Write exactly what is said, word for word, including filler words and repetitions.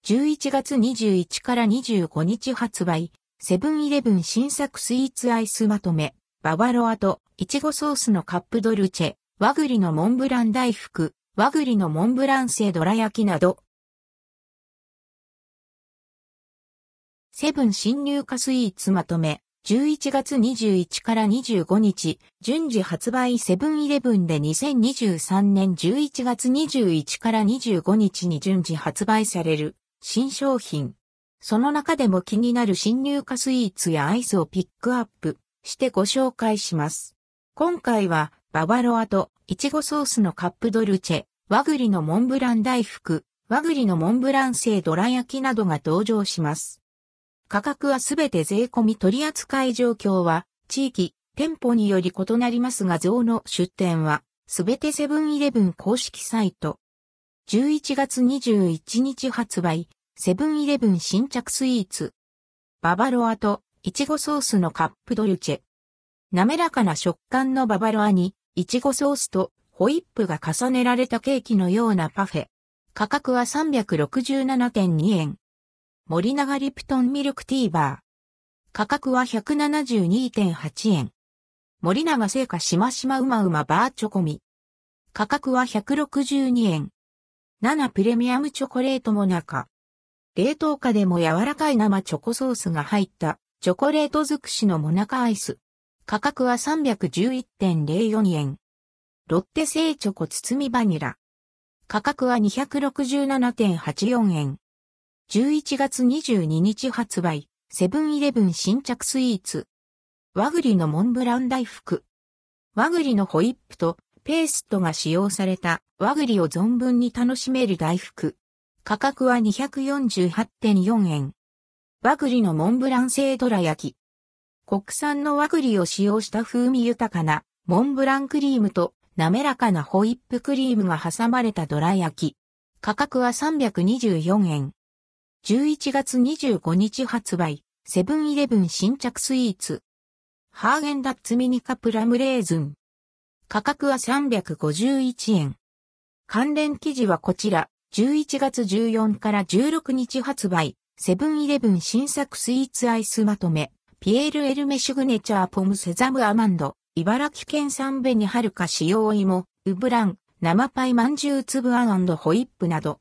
じゅういちがつにじゅういちからにじゅうごにち発売、セブンイレブン新作スイーツアイスまとめ、ババロアといちごソースのカップドルチェ、和栗のモンブラン大福、和栗のモンブラン製どら焼きなど。セブン新入荷スイーツまとめ、じゅういちがつにじゅういちからにじゅうごにち、順次発売セブンイレブンでにせんにじゅうさんねんじゅういちがつにじゅういちからにじゅうごにちに順次発売される新商品。その中でも気になる新入荷スイーツやアイスをピックアップしてご紹介します。今回はババロアといちごソースのカップドルチェ、和栗のモンブラン大福、和栗のモンブラン製どら焼きなどが登場します。価格はすべて税込み取扱い状況は地域、店舗により異なりますが像の出店はすべてセブンイレブン公式サイト。じゅういちがつにじゅういちにち発売、セブンイレブン新着スイーツ。ババロアといちごソースのカップドルチェ。滑らかな食感のババロアに、いちごソースとホイップが重ねられたケーキのようなパフェ。価格は さんびゃくろくじゅうななてんにえん。森永リプトンミルクティーバー。価格は ひゃくななじゅうにてんはちえん。森永製菓しましまうまうまバーチョコミ。価格はひゃくろくじゅうにえん。ななプレミアムチョコレートモナカ。冷凍下でも柔らかい生チョコソースが入ったチョコレート尽くしのモナカアイス。価格は さんびゃくじゅういってんぜろよんえん。ロッテ製チョコ包みバニラ。価格は にひゃくろくじゅうななてんはちよんえん。じゅういちがつにじゅうににち発売、セブンイレブン新着スイーツ。和栗のモンブラン大福。和栗のホイップとペーストが使用された和栗を存分に楽しめる大福。価格は にひゃくよんじゅうはちてんよんえん。和栗のモンブラン製どら焼き。国産の和栗を使用した風味豊かなモンブランクリームと滑らかなホイップクリームが挟まれたどら焼き。価格はさんびゃくにじゅうよんえん。じゅういちがつにじゅうごにち発売、セブンイレブン新着スイーツ。ハーゲンダッツミニカプラムレーズン。価格はさんびゃくごじゅういちえん。関連記事はこちら、じゅういちがつじゅうよっかからじゅうろくにち発売、セブンイレブン新作スイーツアイスまとめ、ピエールエルメシグネチャーポムセザムアマンド、茨城県産紅はるか使用芋、ウブラン、生パイまんじゅう粒あん&ホイップなど。